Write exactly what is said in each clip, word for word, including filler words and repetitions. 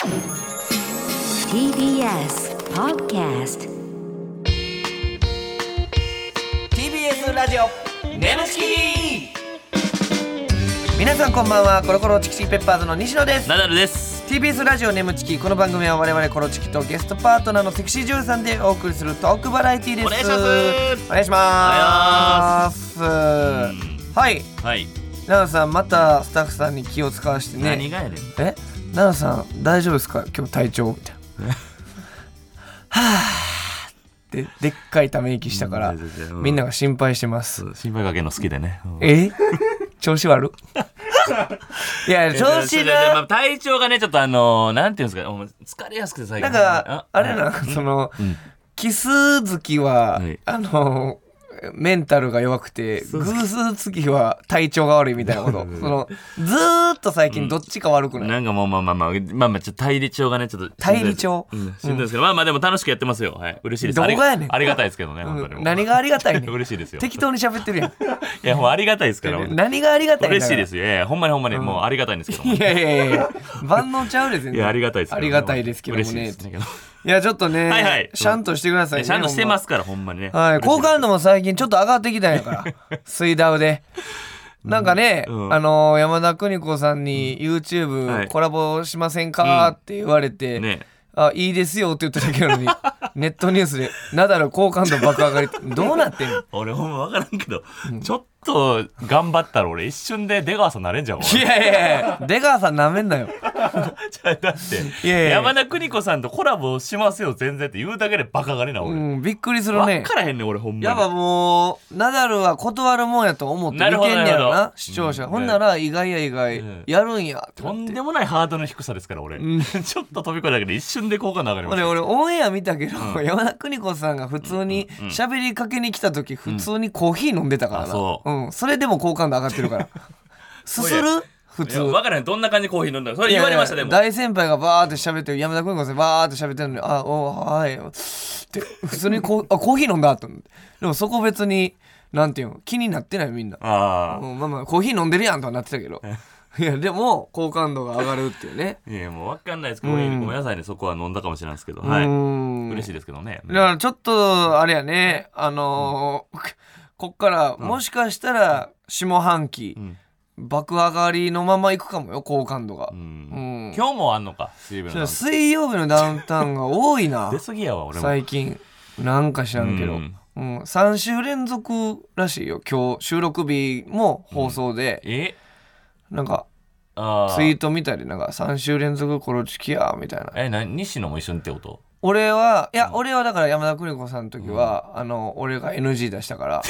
ティービーエス Podcast ティービーエス ラジオネムチキ。皆さんこんばんは。コロコロチキチキペッパーズの西野です。 ナダルです。 ティービーエス ラジオネムチキ。この番組は我々コロチキとゲストパートナーのセクシー女優さんでお送りするトークバラエティーです。 お願いします。 お願いしますはい、 はい、 奈々さん、またスタッフさんに気を使わしてね。 何がやねん。 え、奈々さん大丈夫ですか、今日体調みたいなはぁででっかいため息したから、うん、みんなが心配してます。 心配かけるの好きでね、うん、 え調子悪いや調子な、 まあ、体調がねちょっとあのー、なんていうんですか、疲れやすくて最近なんか あ, あれな、 うん、 その、うん、キス好きは、はい、あのーメンタルが弱くて、偶数月は体調が悪いみたいなこと。そのずーっと最近どっちか悪くない？ うん、なんかもうまあまあまあまあまあちょっと対立調がねちょっと対立調、 うん、しんどいですけど、うん、まあまあでも楽しくやってますよ。はい、嬉しいです。 どこがやねん。 ありがたいですけどね、本当に、 うん、何がありがたいねん。 嬉しいですよ。 適当に喋ってるやん。いやもうありがたいですから。 何がありがたいんだ。 嬉しいですよ。いやいやほんまにほんまにもうありがたいんですけども。 いやいやいや万能ちゃうですね。 いやありがたいです。 ありがたいですけどもね。 いやちょっとね、 はいはい、 シャンとしてくださいね。 シャンとしてますからほんまにね。 はい、好感度も最近ちょっと上がってきたんやから水ダウでなんかね、うん、あのー、山田邦子さんに YouTube コラボしませんか、はい、って言われて、うんね、あいいですよって言っただけなのにネットニュースでナダル好感度爆上がりどうなってんの。 俺ほんま分からんけど、うん、ちょっと頑張ったら俺一瞬で出川さんなれんじゃん。いやいやいや出川さんなめんなよだっていやいや山田邦子さんとコラボしますよ全然って言うだけでバカ上がりな俺、 うん、びっくりするね。 分からへんねん俺ほんまに。 やっぱもうナダルは断るもんやと思って見てんねやろな視聴者、うん、ほんなら意外や意外、うん、やるんやってとんでもないハードの低さですから俺、うん、ちょっと飛び越えただけで一瞬で好感度上がりました。 俺俺オンエア見たけど、うん、山田邦子さんが普通に喋りかけに来た時、うん、普通にコーヒー飲んでたからな、うん、そう、うん、それでも好感度上がってるからすする普通分からへんどんな感じでコーヒー飲んだのそれ言われました。でも大先輩がバーって喋って山田邦子さんバーって喋ってるのにあおはいって普通にコあコーヒー飲んだと思って。でもそこ別になんていうの気になってないみんな。あ、うん、まあまあコーヒー飲んでるやんとはなってたけどいやでも好感度が上がるっていうね。 いやもう分かんないですけど、うん、ごめんなさいねそこは飲んだかもしれないですけど、はい、嬉しいですけどね。 だからちょっとあれやねあのーうん、こっからもしかしたら下半期、うん爆上がりのままいくかもよ好感度が、うんうん、今日もあんのか水曜日の水曜日のダウンタウンが多いな出過ぎやわ俺も最近なんか知らんけど、うんうん、さん週連続らしいよ今日収録日も放送で、うん、えなんかあツイート見たりなんかさん週連続コロチキやみたいな。 えな西野も一緒にってこと？ 俺はいや、うん、俺はだから山田邦子さんの時は、うん、あの俺が エヌジー 出したから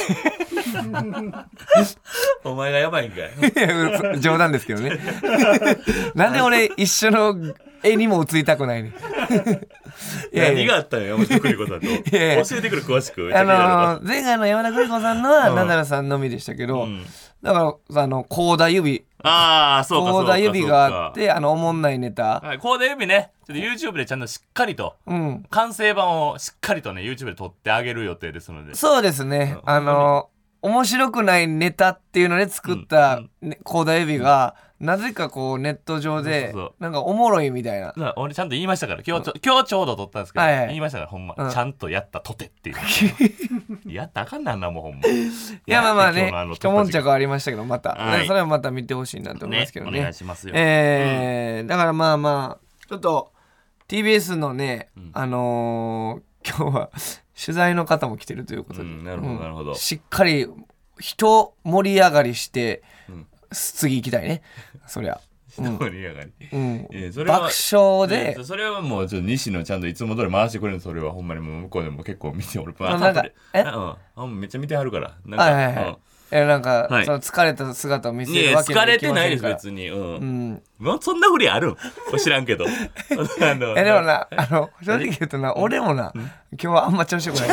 お前がやばいんかい冗談ですけどねなんで俺一緒の絵にも映りたくないねいやいや何があったの山田邦子さんといやいや教えてくる詳しく。 あのー、前回の山田邦子さんのはナダルさんのみでしたけど、うん、だからあのコーダ指ああそうかそうかコーダ指があってあのおもんないネタ、 はい、コーダ指ねちょっと YouTube でちゃんとしっかりと、うん、完成版をしっかりとね YouTube で撮ってあげる予定ですので。 そうですね、うん、あの面白くないネタっていうので作った、うんね、コーダ指が、うん、なぜかこうネット上でそうそうそうなんかおもろいみたいな。 俺ちゃんと言いましたから今日ちょ、うん、今日ちょうど撮ったんですけど、はいはい、言いましたからほんま、うん、ちゃんとやったとてっていうやったらあかんなんなもうほんま。いやまあまあね一悶着ありましたけどまた、はい、それはまた見てほしいなと思いますけどね。 ねお願いしますよ。 えーうん、だからまあまあちょっと ティービーエス のね、うん、あのー、今日は取材の方も来てるということで、うん、 なるほどなるほど、 しっかり人盛り上がりして、うん、次行きたいねそりゃ人盛り上がり、 うんうん、それは爆笑で、 ね、それはもうちょっと西野ちゃんといつも通り回してくれるの。それはほんまにもう向こうでも結構見て俺パーなんかえうん、めっちゃ見てはるからなんか、 はいはいはい、うんえなんか、はい、その疲れた姿を見せるわけにはいきませんから。 疲れてないです別に、うんうん、そんなふりあるん知らんけどあのえでもなあの正直言うとな俺もな今日はあんま調子よくない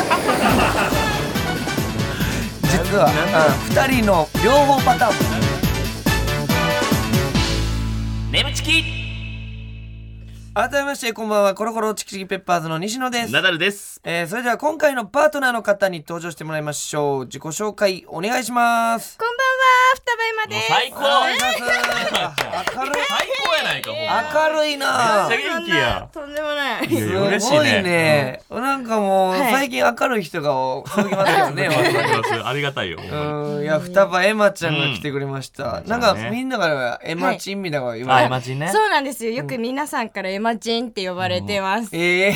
実はふたりの両方パターン眠ちき。 改めましてこんばんは。コロコロチキチキペッパーズの西野です。 ナダルです。 えー、それでは今回のパートナーの方に登場してもらいましょう。自己紹介お願いします。 こんばんは、 双葉エマです。 最高。 明るい。 最高やないか。 明るいな。 めっちゃ元気や。 とんでもない。 すごいね。なんかもう最近明るい人が多きますよね。 ありがたいよ。 うん、いや双葉エマちゃんが来てくれました。なんかみんなからエマチンみたいな言われて。 エマチンね。 そうなんですよ。よく皆さんからエマチンって呼ばれてます。 ええ。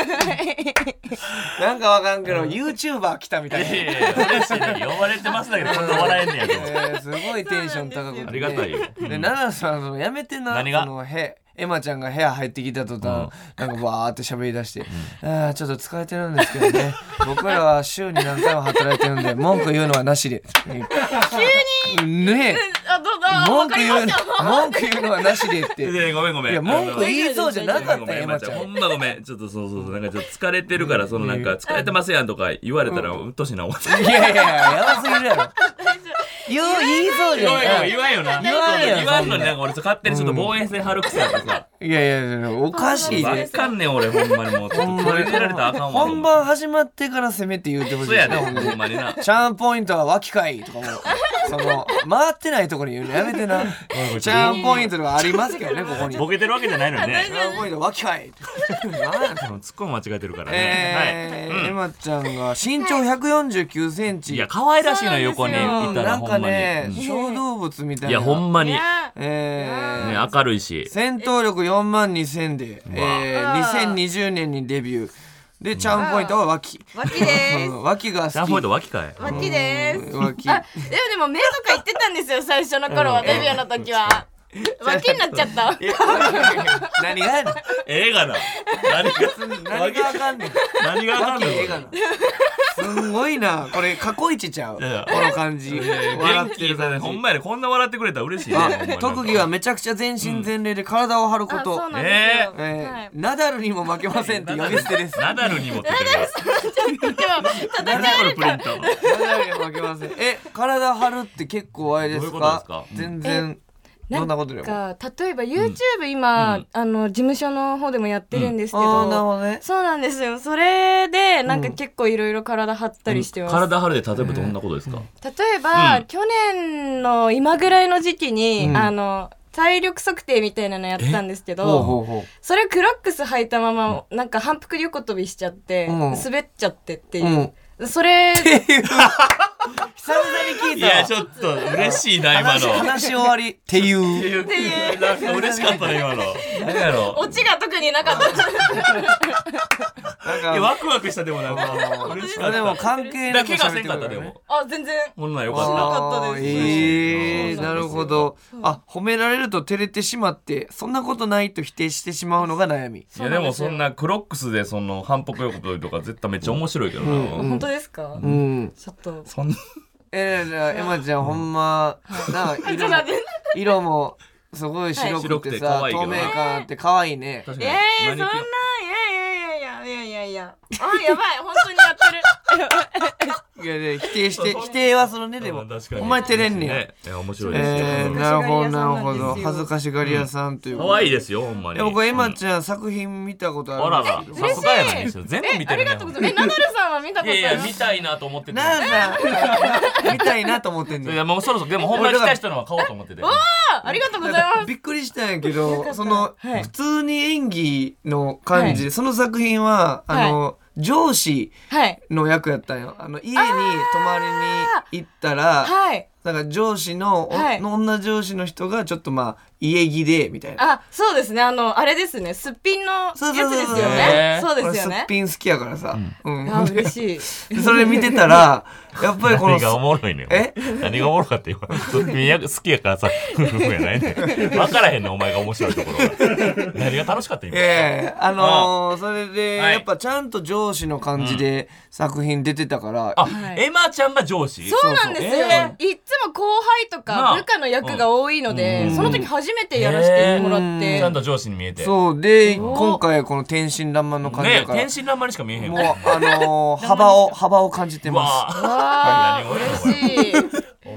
なんかわかんけど YouTuber 来たみたいな。 嬉しいね。呼ばれてますだけどこんな笑えんねやと。 えー、すごいテンション高くて、 ありがたいよ。 で奈々さんやめてな。 何がそのへエマちゃんが部屋入ってきた途端、うん、なんかバーって喋り出して、うん、あちょっと疲れてるんですけどね僕らは週に何回も働いてるんで文句言うのはなしで急にねえ文句言う文句言うのはなしでってごめんごめん。 いや文句言いそうじゃなかったエマちゃん。 ほんまごめん。ちょっとそうそうそうなんかちょっと疲れてるからそのなんか疲れてますやんとか言われたらうっとしいな思って。 いやいややばすぎるやろ。言う言いそうじゃん。 言わんよな。 言わんよ。 言わんのになんか俺勝手にちょっと防衛線張るくせやからさ。 いやいやおかしいね。あかんねん俺ほんまにもうちょっと取り入れられたらあかんわ。 本番始まってから攻めて言うてほしい。 そうやねほんまにな。 チャームポイントは脇かいとかもその回ってないところに言うのやめてな。チャームポイントとかありますけどねここに。 ボケてるわけじゃないのにね。 チャームポイント脇かい。 なんやそのツッコミ間違えてるからね。エマちゃんが身長ひゃくよんじゅうきゅうセンチ。 いや可愛らしいの横にいたらほんまに。 なんかね小動物みたいな。 いやほんまに。 えーね明るいし。 戦闘力よんまんにせんで、えー、にせんにじゅうねんにデビュー。でチャームポイントは脇。 脇です。 脇が好き。 チャームポイント脇かい。 脇です。 脇。 あでもでも目とか言ってたんですよ最初の頃はデビューの時は。脇になっちゃった。 何がやねん。 映画な。何が何がわかんねん。 何がわかんねん。 すごいなこれ過去一ちゃう。この感じ。 笑ってるからほんまやねこんな笑ってくれたら嬉しいね。 特技はめちちゃくちゃ全身全霊で体を張ること。 ええナダルにも負けませんって呼び捨てです。 ナダルにもって言ってる。 何これプリント。 ナダルにも負けません。え体張るって結構あれですか。全然。どんなことでもなんか例えば YouTube 今、うん、あの事務所の方でもやってるんですけど、 うんなるほどね、 そうなんですよ。それでなんか結構いろいろ体張ったりしてます、 うん、体張るで例えばどんなことですか。 例えば、うん、去年の今ぐらいの時期に、うん、あの体力測定みたいなのやったんですけど、ほうほうほうそれクロックス履いたまま、うん、なんか反復横跳びしちゃって、うん、滑っちゃってっていう、うん、それっていう久々に聞いた。 いやちょっと嬉しいな今の話終わりっていうっていうなんか嬉しかったね今の。何やろオチが特になかったなんかワクワクしたでもなんか嬉しかった。 でも関係なく怪我せんかったでも。 あ全然こんなんよかった。 なかったです。 えー、なるほど。あ褒められると照れてしまってそんなことないと否定してしまうのが悩み。いやでもそんなクロックスでその反復横跳びとか絶対めっちゃ面白いけどな、うんうん、本当ですか。 うんちょっとそんなえー、じゃあエマちゃんほんまな色も色もすごい白くてさ、はい、透明感あって可愛いね。 えー、そんないやいやいやいやいやいやいやあやばい本当にやってるいやね否定して否定はそのねでもお前照れんねや。 いや面白いですよ、 えー、なるほどなるほど恥ずかしがり屋さんという可愛いですよほんまに。 僕エマちゃん作品見たことあるんですけど。 さすがやないですよ全部見てるね。 ありがとうございます。えナダルさんは見たことある。 いやいや見たいなと思っててナダルさん見たいなと思ってんね。 いやもうそろそろでもほんまに来た人のは買おうと思ってて。 わあありがとうございます。 びっくりしたんやけどその、はい、普通に演技の感じで、はい、その作品はあの、はい上司の役やったんよ。あの家に泊まりに行ったら、はい、なんか上司の、はい、の女上司の人がちょっとまあ家着でみたいな。 あ、そうですね。あのあれですね。すっぴんのやつですよね。そうですよね。 すっぴん好きやからさ。 うん。うん、あ嬉しい。 それ見てたらやっぱりこの何がおもろいねん。え？何がおもろかって今すっぴん好きやからさ。ふふやないね。分からへんねんお前が面白いところが。何が楽しかった今。 ええあのー、それで、はい、やっぱちゃんと上司の感じで作品出てたから。 あ、エマちゃんが上司？ そうなんですよ。えー、いつも後輩とか部下の役が多いので、その時初めてやらせてもらって、 ちゃんと上司に見えて。 そうで今回この天真爛漫の感じだから。 ね、天真爛漫にしか見えへん。 もうあのー、幅を幅を感じてます。 わあ、嬉しい。 お前に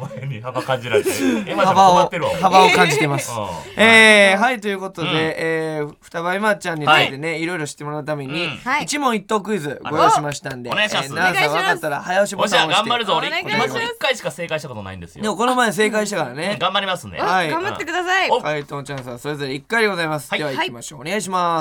幅感じられてエマちゃんも困ってるわ幅を感じてますえー、はいということで、うんえー、双葉エマちゃんについてね、はい、いろいろ知ってもらうために、うん、一問一答クイズご用意しましたんで、 お願いします、 えー、ナンさん分かったら早押しボタンを押して頑張るぞ俺まずいっかいしか正解したことないんですよ。 でもこの前正解したからね、 うん、頑張りますね、 はい、頑張ってください。 回答チャンスはそれぞれいっかいでございます、はい、では行きましょう、はい、お願いします、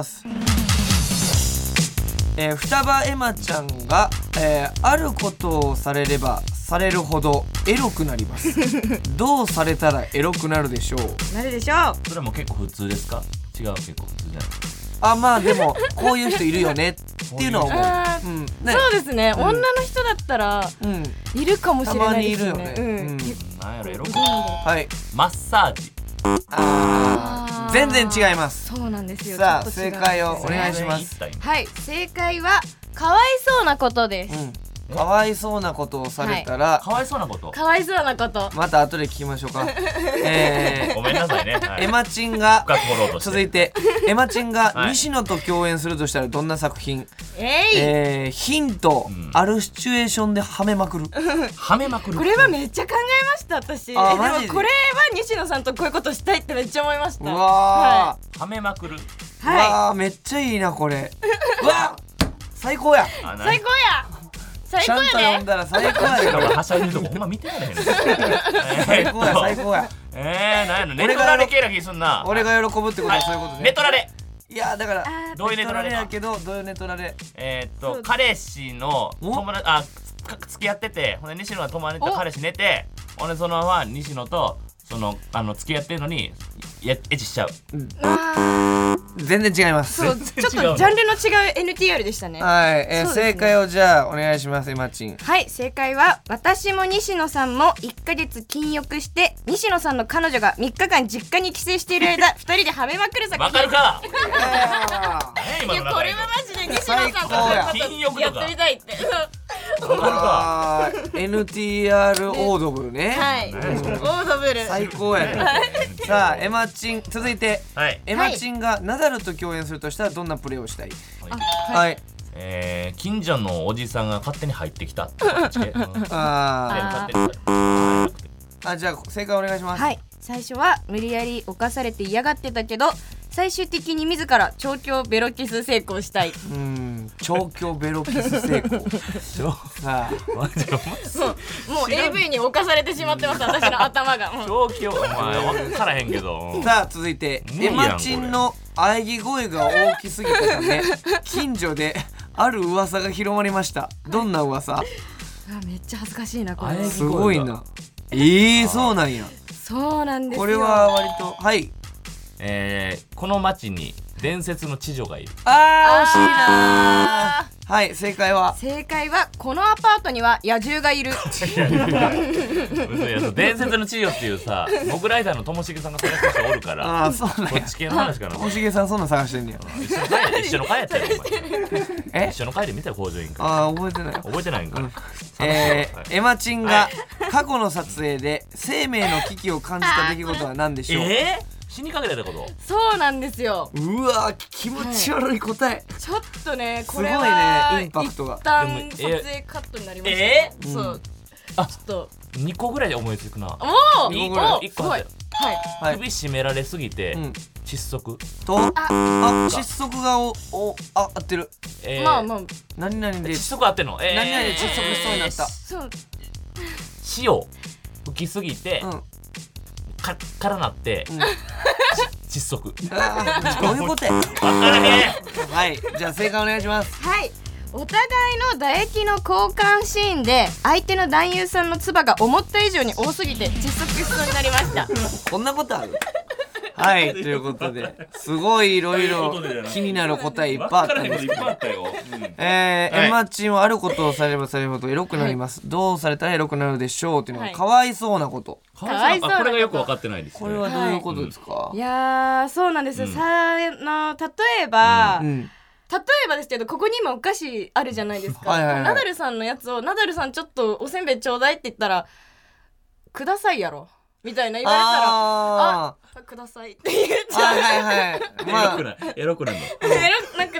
えー、双葉エマちゃんが、えー、あることをされればされるほどエロくなりますどうされたらエロくなるでしょう。 なるでしょう。 それも結構普通ですか。違う結構普通じゃない。 あまあでもこういう人いるよねっていうのは思う、うんね、 そうですね、うん、女の人だったら、うん、いるかもしれないですね。 たまにいるよね、うん、 なんやろエロく、 はいマッサージ。 あ全然違います。 そうなんですよ。 さあ正解をお願いします。 はい、正解はかわいそうなことです、うんかわいそうなことをされたら、 はい、かわいそうなことかわいそうなことまた後で聞きましょうかえー、 ごめんなさいね、はい、 エマチンが深く掘ろうとして続いてエマチンが西野と共演するとしたらどんな作品、 えいえー、ヒント、うん、あるシチュエーションではめまくるはめまくるこれはめっちゃ考えました私。あマジでこれは西野さんとこういうことしたいってめっちゃ思いました。 うわー、 はい、はめまくる、 はい、うわーめっちゃいいなこれうわ最高や最高やちゃんと読んだら最高やでこれはしゃいでるとこほんま見てられへん最高や最高やえー、なんやのネトラレ系な気すんな。 俺が喜ぶってことはそういうことね。 ネトラレいやだからどういうネトラレやけどどういうネトラレえー、っと彼氏の友達あ付き合っててほんで西野が泊まりと彼氏寝てほんでそのまま西野とそのあの付き合ってるのにやエッチしちゃう、うん、 全然違います。 そうちょっとジャンルの違う エヌティーアール でしたね。 はい、えーね、正解をじゃあお願いしますエマチン。 はい正解は私も西野さんもいっかげつ禁欲して西野さんの彼女がみっかかん実家に帰省している間ふたりではめまくる作品。 わかるかいやこれはマジで西野さんと禁欲やってみたいってあ エヌティーアール オードブルね。 はい、うん、オードブル最高やねさあエマチン続いて、はい、エマチンがナダルと共演するとしたらどんなプレーをしたい。はい、はい、 えー、近所のおじさんが勝手に入ってきたってああじゃあ正解お願いします。 はい最初は無理やり犯されて嫌がってたけど最終的に自ら調教ベロキス成功したい。 うん調教ベロキス成功さあもう エーブイ に侵されてしまってます私の頭が調教お前分からへんけどさあ続いてエマチンの喘ぎ声が大きすぎたため近所である噂が広まりました。どんな噂。 めっちゃ恥ずかしいなこれ。 すごいな。えーそうなんや。 そうなんですよ。 これは割とはいえー、この町に伝説の知女がいる。 あー惜しいなー。はい正解は正解はこのアパートには野獣がいる伝説の知女っていうさモグライダーのともしげさんが探してる人おるからあそうなんやこっち系の話かな。 ともしげさんそんな探してんねや一緒の回やったよお前一緒の回で見たよ向上委員会。 あー覚えてない覚えてないんか、うんえーはい、エマチンが過去の撮影で生命の危機を感じた出来事は何でしょう。 えー死にかけたってこと。 そうなんですよ。 うわ気持ち悪い答え、 はい、ちょっとねこれはすごいねインパクトが一旦撮影カットになりました、 えー、 そう、うん、あちょっとにこぐらいで思いつくな。 おおにこいっこあったはい、 首絞められすぎて、うん、窒息とあ窒息がおおあ合ってる、 えー、まあまあ何々で窒息合ってんの、えー、 何々で窒息しそうになった、 そう塩吹きすぎて、うん、かからなって、うん窒息。 どういうことや。 分からへん。 はいじゃあ正解お願いします。 はいお互いの唾液の交換シーンで相手の男優さんの唾が思った以上に多すぎて窒息しそうになりましたこんなことあるはいということですごいいろいろ気になる答えいっぱいあったんですけどえー、エマチンはあることをされればされるほどエロくなります、はい、どうされたらエロくなるでしょうっていうのがかわいそうなこと、 かわいそうなこと。これがよく分かってないですね。 これはどういうことですか。はい、いやそうなんですよ、うん、さの例えば、うんうん例えばですけどここに今お菓子あるじゃないですか、はいはいはい、ナダルさんのやつをナダルさんちょっとおせんべいちょうだいって言ったらくださいやろみたいな言われたらああくださいって言っちゃう。 はいはいはい、 まあ、エロくないエロくないのエロなんかちょっと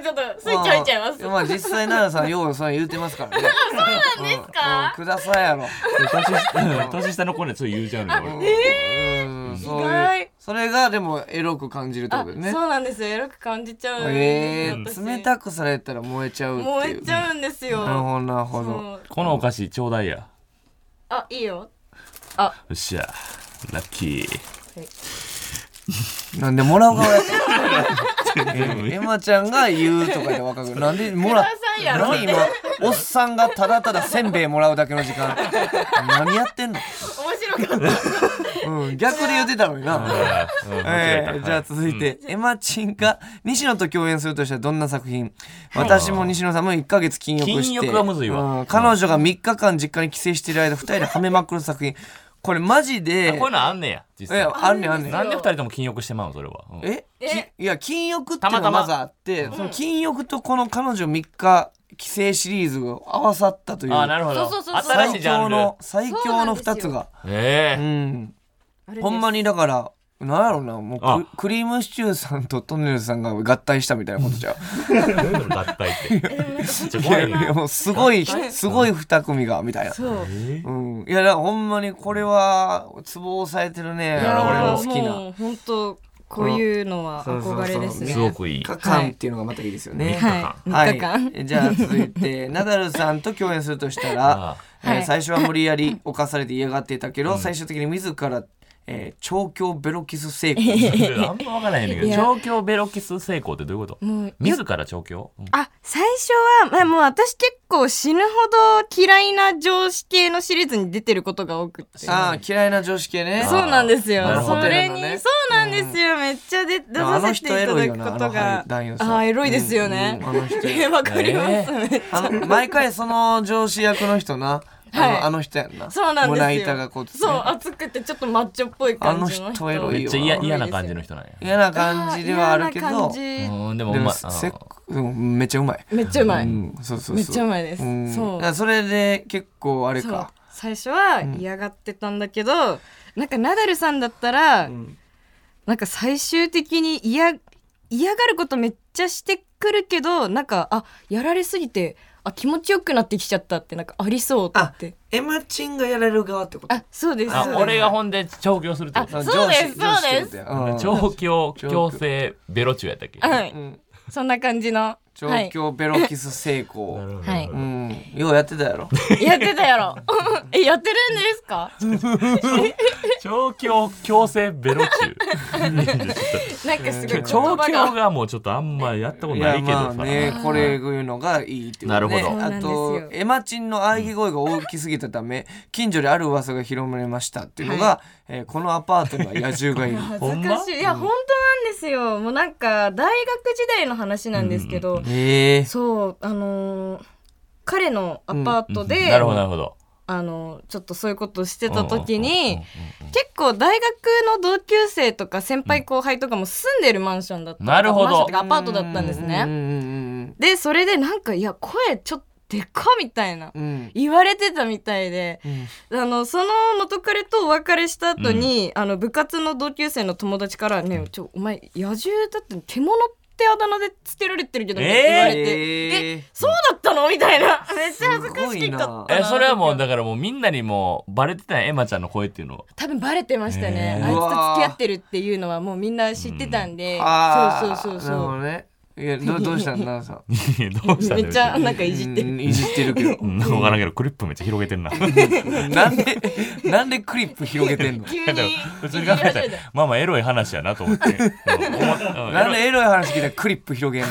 ついちゃいちゃいます。 まあ、まあ実際奈良さんようそう言うてますからね。 そうなんですか、 うんうん、くださいやろ。 年, 年下の子につい言うちゃうのよ。 えー、そういうそれがでもエロく感じるってことですね。 そうなんですよ、エロく感じちゃう。 えー、冷たくされたら燃えちゃうっていう。 燃えちゃうんですよ。 なるほどなるほど。 このお菓子ちょうだいや。 あ、いいよ。あ、よっしゃラッキー、はいなんでもらう側やったのエマちゃんが言うとかで分かる。なんでもらっ何今おっさんがただただせんべいもらうだけの時間何やってんの。 面白かった、 うん、逆で言ってたのにな、えー、じゃあ続いて、うん、エマチンが西野と共演するとしたらどんな作品。私も西野さんもいっかげつ禁欲して、 禁欲はむずいわ、 うん、彼女がみっかかん実家に帰省している間ふたりではめまくる作品。これマジでこういうのあんねや実際。 あんねんあんねん。 なんでふたりとも禁欲してまうのそれは、うん、 ええいや禁欲っていうのがまずあって、その禁欲とこの彼女みっか帰省シリーズが合わさったという。 あ、なるほど。 最強の最強のふたつが、 ええー、うん、ほんまにだからなんやろな、もう ク, クリームシチューさんとトンネルズさんが合体したみたいなことじゃん。 合体っていやいやもうすごいすごい二組がみたいな。そう、うん、いやだからほんまにこれはツボを押さえてるね。俺の好きな本当こういうのは憧れですね。 すごくいい。 みっかかんっていうのがまたいいですよね。 はい、 はい、みっかかん。じゃあ続いてナダルさんと共演するとしたら、えー、最初は無理やり侵されて嫌がっていたけど、うん、最終的に自らえー、調教ベロキス成功。 あんま分からへんねんけど、調教ベロキス成功ってどういうこと？自ら調教？うん、 あ、最初は、まあ、もう私結構死ぬほど嫌いな上司系のシリーズに出てることが多くて。 あ、嫌いな上司系ね。 そうなんですよ。それに、ね、そうなんですよ、うん、めっちゃで出させていただくことが。 あ、 エロいですよね。 うん、あの人。 わかります、えー、 あの毎回その上司役の人な。はい、あの人やんな。 そうなんですよ。 胸板がこう、ね、 そう熱くてちょっとマッチョっぽい感じの人。 あの人エロいよ。 めっちゃ嫌な感じの人なんや。 嫌な感じではあるけど、 うんでもうまい。 せうん、めっちゃうまい。 めっちゃうまい。 うん、そうそうそう。 めっちゃうまいです。うん、そう。 それで結構あれか。 最初は嫌がってたんだけど、うん、なんかナダルさんだったら、うん、なんか最終的に嫌嫌がることめっちゃしてくるけど、なんかあやられすぎて。あ気持ちよくなってきちゃったってなんかありそうって。 エマチンがやられる側ってこと？ あそうです。 あ俺がほんで調教するってこと？ そうですそうです。 調教強制ベロチュやったっけ？ はい、うん、そんな感じの調教ベロキス成功。はい、うん、ようやってたやろ。 やってたやろ。えやってるんですか？ 調教強制ベロチュ。 なんかすごい調教がもうちょっとあんまやったことないけどさ。 まあねこれいうのがいいっていうね。 なるほど。 あとエマチンの喘ぎ声が大きすぎたため近所である噂が広まりましたっていうのが、はい、えー、このアパートには野獣がいる。 恥ずかしい。いや本当なんですよ。もうなんか大学時代の話なんですけど。 うんえー、 そうあのー、彼のアパートで、うん、 なるほどなるほど。 あのちょっとそういうことをしてた時に結構大学の同級生とか先輩後輩とかも住んでるマンションだった、うん、 なるほどアパートだったんですね。でそれでなんかいや声ちょっとでかみたいな、うん、言われてたみたいで、うん、あのその元彼とお別れした後に、うん、あの部活の同級生の友達からね、ちょお前野獣だって獣ってあだ名でつけられてるけど、ね、って言われて、えー、えそうだったのみたいな、めっちゃ恥ずかしかった。 えそれはもうだからもうみんなにもバレてたんやエマちゃんの声っていうの。 多分バレてましたね、えー、あいつと付き合ってるっていうのはもうみんな知ってたんで、うん、そうそうそうそう。なるほどね。 いや ど, どうしたんださどうしたんめっちゃなんかいじってるいじってるけどなんか分からんけどクリップめっちゃ広げてんななんでなんでクリップ広げてんの急に普通に考えたらまあまあエロい話やなと思ってなんでエロい話聞いたらクリップ広げんの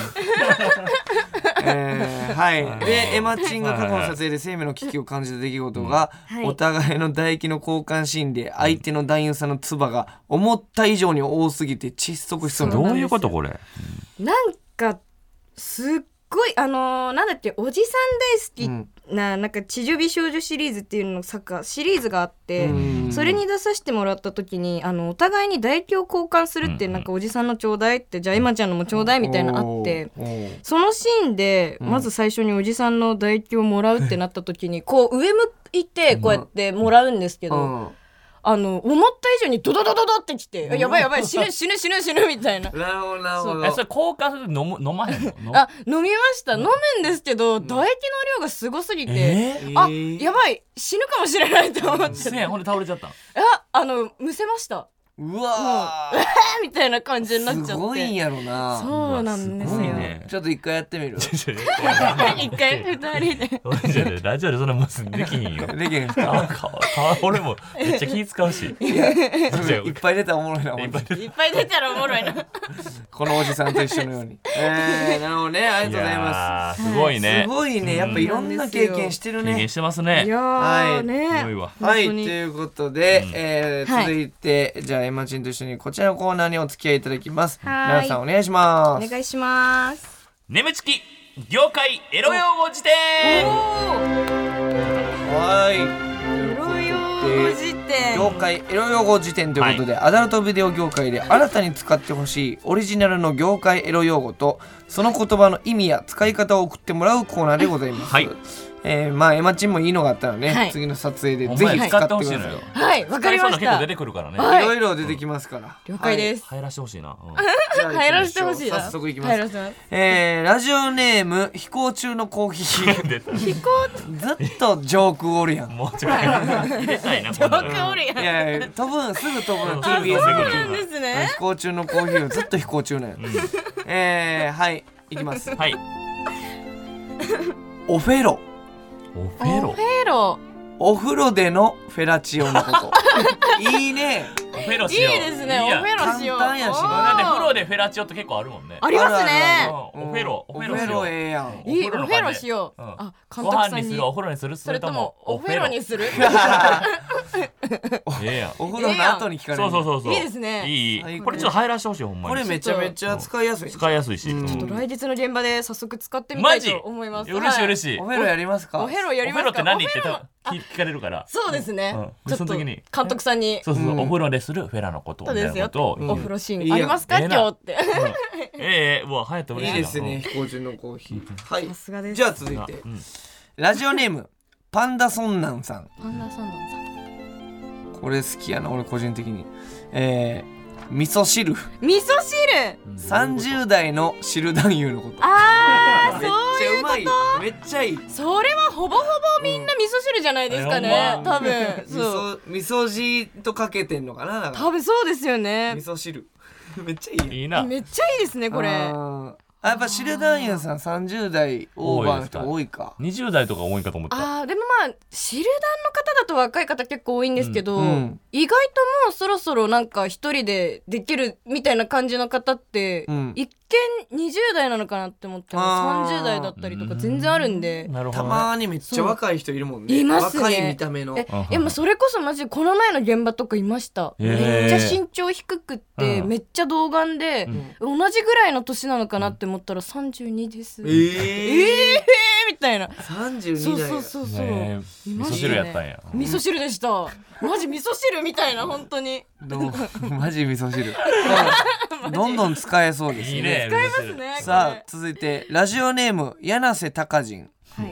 えー、はいでエマチンが過去の撮影で生命の危機を感じた出来事が、はい、お互いの唾液の交換シーンで相手の男優さんの唾が思った以上に多すぎて窒息しそうな。 どういうことこれ。 なんかすっごいあのー、なんだっけおじさん大好きな、うん、なんか地女美少女シリーズっていうのがシリーズがあって、それに出させてもらった時にあのお互いに唾液を交換するって、うん、なんかおじさんのちょうだいってじゃあエマちゃんのもちょうだいみたいなのあって、そのシーンでまず最初におじさんの唾液をもらうってなった時にこう上向いてこうやってもらうんですけど、 あの思った以上にドドドドドってきて、やばいやばい死ぬ死ぬ死ぬ死ぬみたいな。 なるほどなるほど。 えそれ交換すると飲む飲まへんの？ あ飲みました。飲むんですけど、唾液の量がすごすぎて、 えー、あやばい死ぬかもしれないと思って。 せやほんで倒れちゃったの？ ああのむせました。 うわー、 うん、みたいな感じになっちゃって。 すごいんやろな。 そうなんですよ、 ね、ちょっと一回やってみる？ 一回二人でラジオでそんなもんできひんよ。 できへん。 俺もめっちゃ気使うし。 いやいっぱい出たらおもろいな。 いっぱい出たらおもろいな。 このおじさんと一緒のように。えー、なるほどね。ありがとうございます。 すごいね。 すごいね。やっぱいろんな経験してるね。 経験してますね。 いやーね。 すごいわ。 はい、ということで、えー、続いてじゃあエマチンと一緒にこちらのコーナーにお付き合いいただきます。皆さんお願いします。 お願いします。 眠ちき業界エロ用語辞典。 はい。 エロ用語辞典。 業界エロ用語辞典ということで、はい、アダルトビデオ業界で新たに使ってほしいオリジナルの業界エロ用語とその言葉の意味や使い方を送ってもらうコーナーでございます。はい。えー、まあエマチンもいいのがあったらね、はい、次の撮影でぜひ使ってほしいのよ。 はい、わかりました。 結構出てくるからね。 はい、いろいろ出てきますから。 了解です。 入らしてほしいな。 入らしてほしいな。 早速いきます。えー、ラジオネーム飛行中のコーヒー。 飛行ずっとジョークおるやん。 もうちょっと入れたいな。 ジョークおるやん。 いやいや飛ぶんすぐ飛ぶん。ティービーエスそうなんですね。 飛行中のコーヒーはずっと飛行中なんや。えー、はいいきます。 はい。 オフェロ。 オフェロ。 オフェロ。 お風呂でのフェラチオのこと。いいね。 オフェロしよう。 いいですね。オフェロしよう。 簡単やし。 だって風呂でフェラチオって結構あるもんね。 ありますね。 オフェロ。 オフェロええやん。 いいオフェロしよう。あ、監督さんに。 ご飯にするお風呂にするそれともオフェロにする。 ええやん。 お風呂の後に聞かれる。 そうそうそうそう。 いいですね。 いい。これちょっと入らしてほしいほんまに。 これめちゃめちゃ使いやすい。 使いやすいし。 ちょっと来日の現場で早速使ってみたいと思います。 嬉しい嬉しい。 オフェロやりますか？ オフェロやりますか？ オフェロって何って聞かれるから。 そうですね。 ちょっと監督さんに。 そうそうお風呂でするフェラのことみたいなことを。 お風呂シーンありますか今日って。 ええもう流行って嬉しい。 いいですね飛行中のコーヒー。はい。 さすがです。 じゃあ続いてラジオネームパンダソンナンさん。 パンダソンナンさん。これ好きやな俺個人的に。えー、味噌汁。 味噌汁。 さんじゅう代の汁男優のこと。 ああ、そういうこと。 めっちゃいい。 それはほぼほぼみんな味噌汁じゃないですかね。多分。 味噌味噌汁とかけてんのかな。 多分そうですよね。 味噌汁。めっちゃいい。 いいな。 めっちゃいいですねこれ。 やっぱ汁男優さんさんじゅう代オーバーの人多いか。 にじゅう代とか多いかと思った。 あーでもまあ汁男の方だと若い方結構多いんですけど、 うんうん、 意外ともうそろそろなんか一人でできるみたいな感じの方って、うん、一見にじゅう代なのかなって思ったらさんじゅう代だったりとか全然あるんで、 なるほど、たまにめっちゃ若い人いるもんね。 いますね。 若い見た目の。 えいやもうそれこそマジこの前の現場とかいました。めっちゃ身長低くって、うん、めっちゃ童顔で、うん、同じぐらいの年なのかなって思ったらさんじゅうにです。えー、えー、みたいな。 さんじゅうに代。 そうそうそうそう。 ね、味噌汁やったんや。 味噌汁でした。マジ味噌汁みたいな本当に。 マジ味噌汁。どんどん使えそうですね。 いいね。 使えますね。 さあ続いてラジオネーム柳瀬隆人。 はい。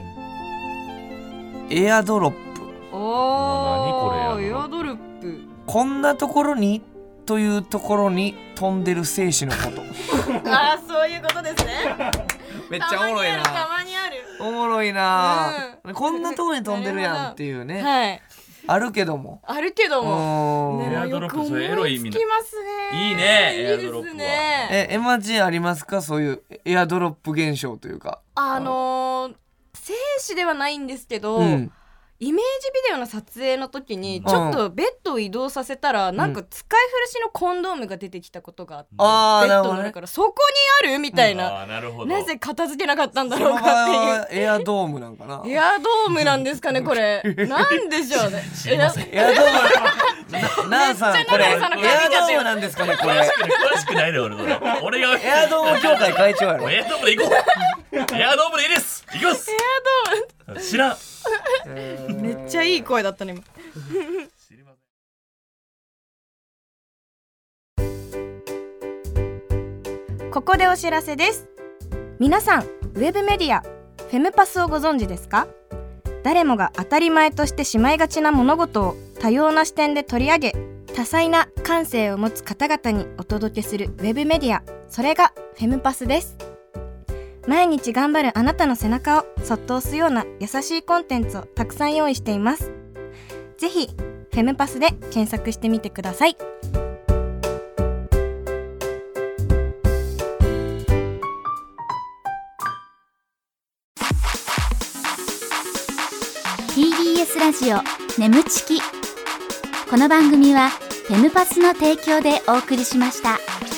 エアドロップ。 おお。何これ。エアドロップ。 こんなところにというところに飛んでる精子のこと。 ああそういうことですね。 めっちゃおもろいな。 たまにある。 おもろいな、うん。こんなところに飛んでるやんっていうね。 はい。 あるけども。 あるけども。 エアドロップそれエロい意味。 つきますね。 いいね。エアドロップは。 えエマジンありますかそういうエアドロップ現象というか。 あのー、精子ではないんですけど。うん、イメージビデオの撮影の時にちょっとベッドを移動させたら、うん、なんか使い古しのコンドームが出てきたことがあって、うん、 あベッドの中から、ね、そこにあるみたいな、 うん、あなるほど。 なぜ片付けなかったんだろうかっていう。 エアドームなんかな。 エアドームなんですかねこれ。なんでしょうね。 エアドームなあさんこれエアドームなんですかねこれ。 詳しくないで俺それ。俺がエアドーム協会会長やろ。 エアドームで行こう。エアドームでいいです。行きます。 エアドーム知らん。 めっちゃいい声だったね今。知りません。ここでお知らせです。皆さんウェブメディアフェムパスをご存知ですか？誰もが当たり前としてしまいがちな物事を多様な視点で取り上げ、多彩な感性を持つ方々にお届けするウェブメディア、それがフェムパスです。毎日頑張るあなたの背中をそっと押すような優しいコンテンツをたくさん用意しています。ぜひフェムパスで検索してみてください。 ティービーエス ラジオ眠ちき。この番組はフェムパスの提供でお送りしました。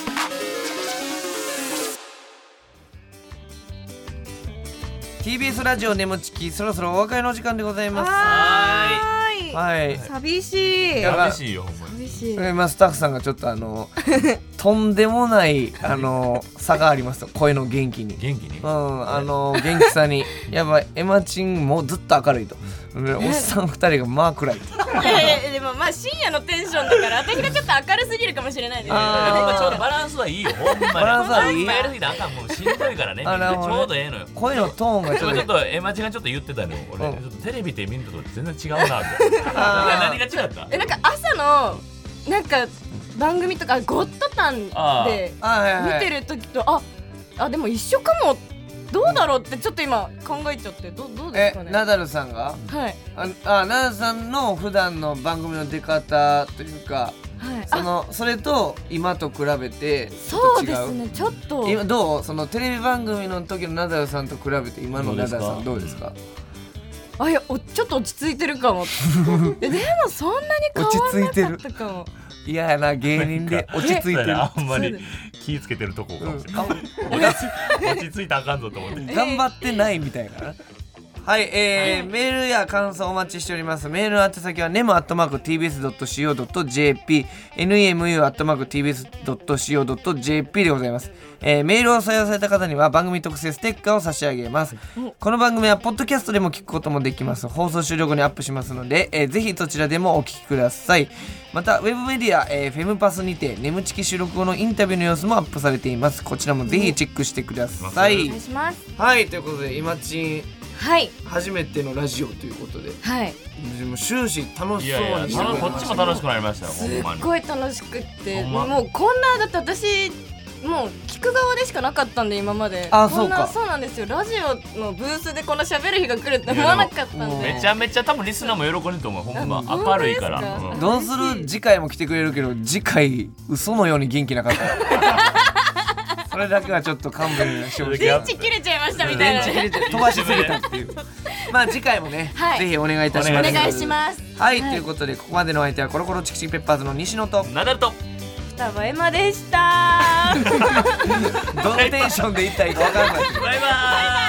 ティービーエス ラジオ眠ちき、そろそろお別れの時間でございます。 はーい、 はい、 寂しい。 寂しいよほんまに。 寂しい。 今スタッフさんがちょっとあのとんでもないあの差がありますと、声の元気に元気に、 うん、あの元気さにやばい、エマチンもずっと明るいと、おっさんふたりがまあ暗い。 いやいやでもまあ深夜のテンションだから私がちょっと明るすぎるかもしれないですね。 ちょうどバランスはいいよほんまに。 バランスはいい。 やりすぎたらあかん、もうしんどいからね。ちょうどええのよ。 声のトーンがちょっとちょっとエマチがちょっと言ってたのよ。俺、うん、ちょっとテレビで見ると全然違うなって。何が違った？ え、なんか朝のなんか番組とかゴッドタンで見てる時とああでも一緒かも。どうだろうってちょっと今考えちゃって、ど, どうですかね。 え、ナダルさんが、 はい、 ああナダルさんの普段の番組の出方というか、はい、そのそれと今と比べてちょっと違う。 そうですね、ちょっと今どう、そのテレビ番組の時のナダルさんと比べて今のナダルさんどうですか？ あ、いやおちょっと落ち着いてるかも。でもそんなに変わらなかったかも。 いややな、芸人で落ち着いてる。 あんまり気ぃつけてるとこかもしれない、うん、落ち着いたらあかんぞと思って、 頑張ってないみたいな。はい、えーはい、メールや感想お待ちしております。メールの宛先は ネムアットマークティービーエスドットシーオードットジェーピー ネム アットマークティービーエスドットシーオードットジェーピー でございます。えー、メールを採用された方には番組特製ステッカーを差し上げます。この番組はポッドキャストでも聞くこともできます。放送終了後にアップしますので、えー、ぜひそちらでもお聞きください。またウェブメディア、えー、フェムパスにて眠ちき収録後のインタビューの様子もアップされています。こちらもぜひチェックしてください。 お願いします。 はい、ということで今ちん、 はい、 初めてのラジオということで、 はい、 でも終始楽しそうにしてくれました。 いやいや、こっちも楽しくなりましたよ。 すっごい楽しくって、もうこんな、だって私もう聞く側でしかなかったんで今まで。 あ、 こんな、そうか、そうなんですよ。ラジオのブースでこんな喋る日が来るって思わなかったんで、 めちゃめちゃ多分リスナーも喜んでると思う。ほんま明るいから、 うん、どうする、次回も来てくれるけど次回嘘のように元気なかった。それだけはちょっと勘弁してほしい。 電池切れちゃいましたみたいな、 電池切れちゃ飛ばしすぎたっていう。まあ次回もね、はい、ぜひお願いいたします。 お願いします。 はい、はい、ということでここまでのお相手はコロコロチキチキペッパーズの西野とナダルと双葉エマでした。 どのテンションで言ったらいいか分かんない。 バイバーイ。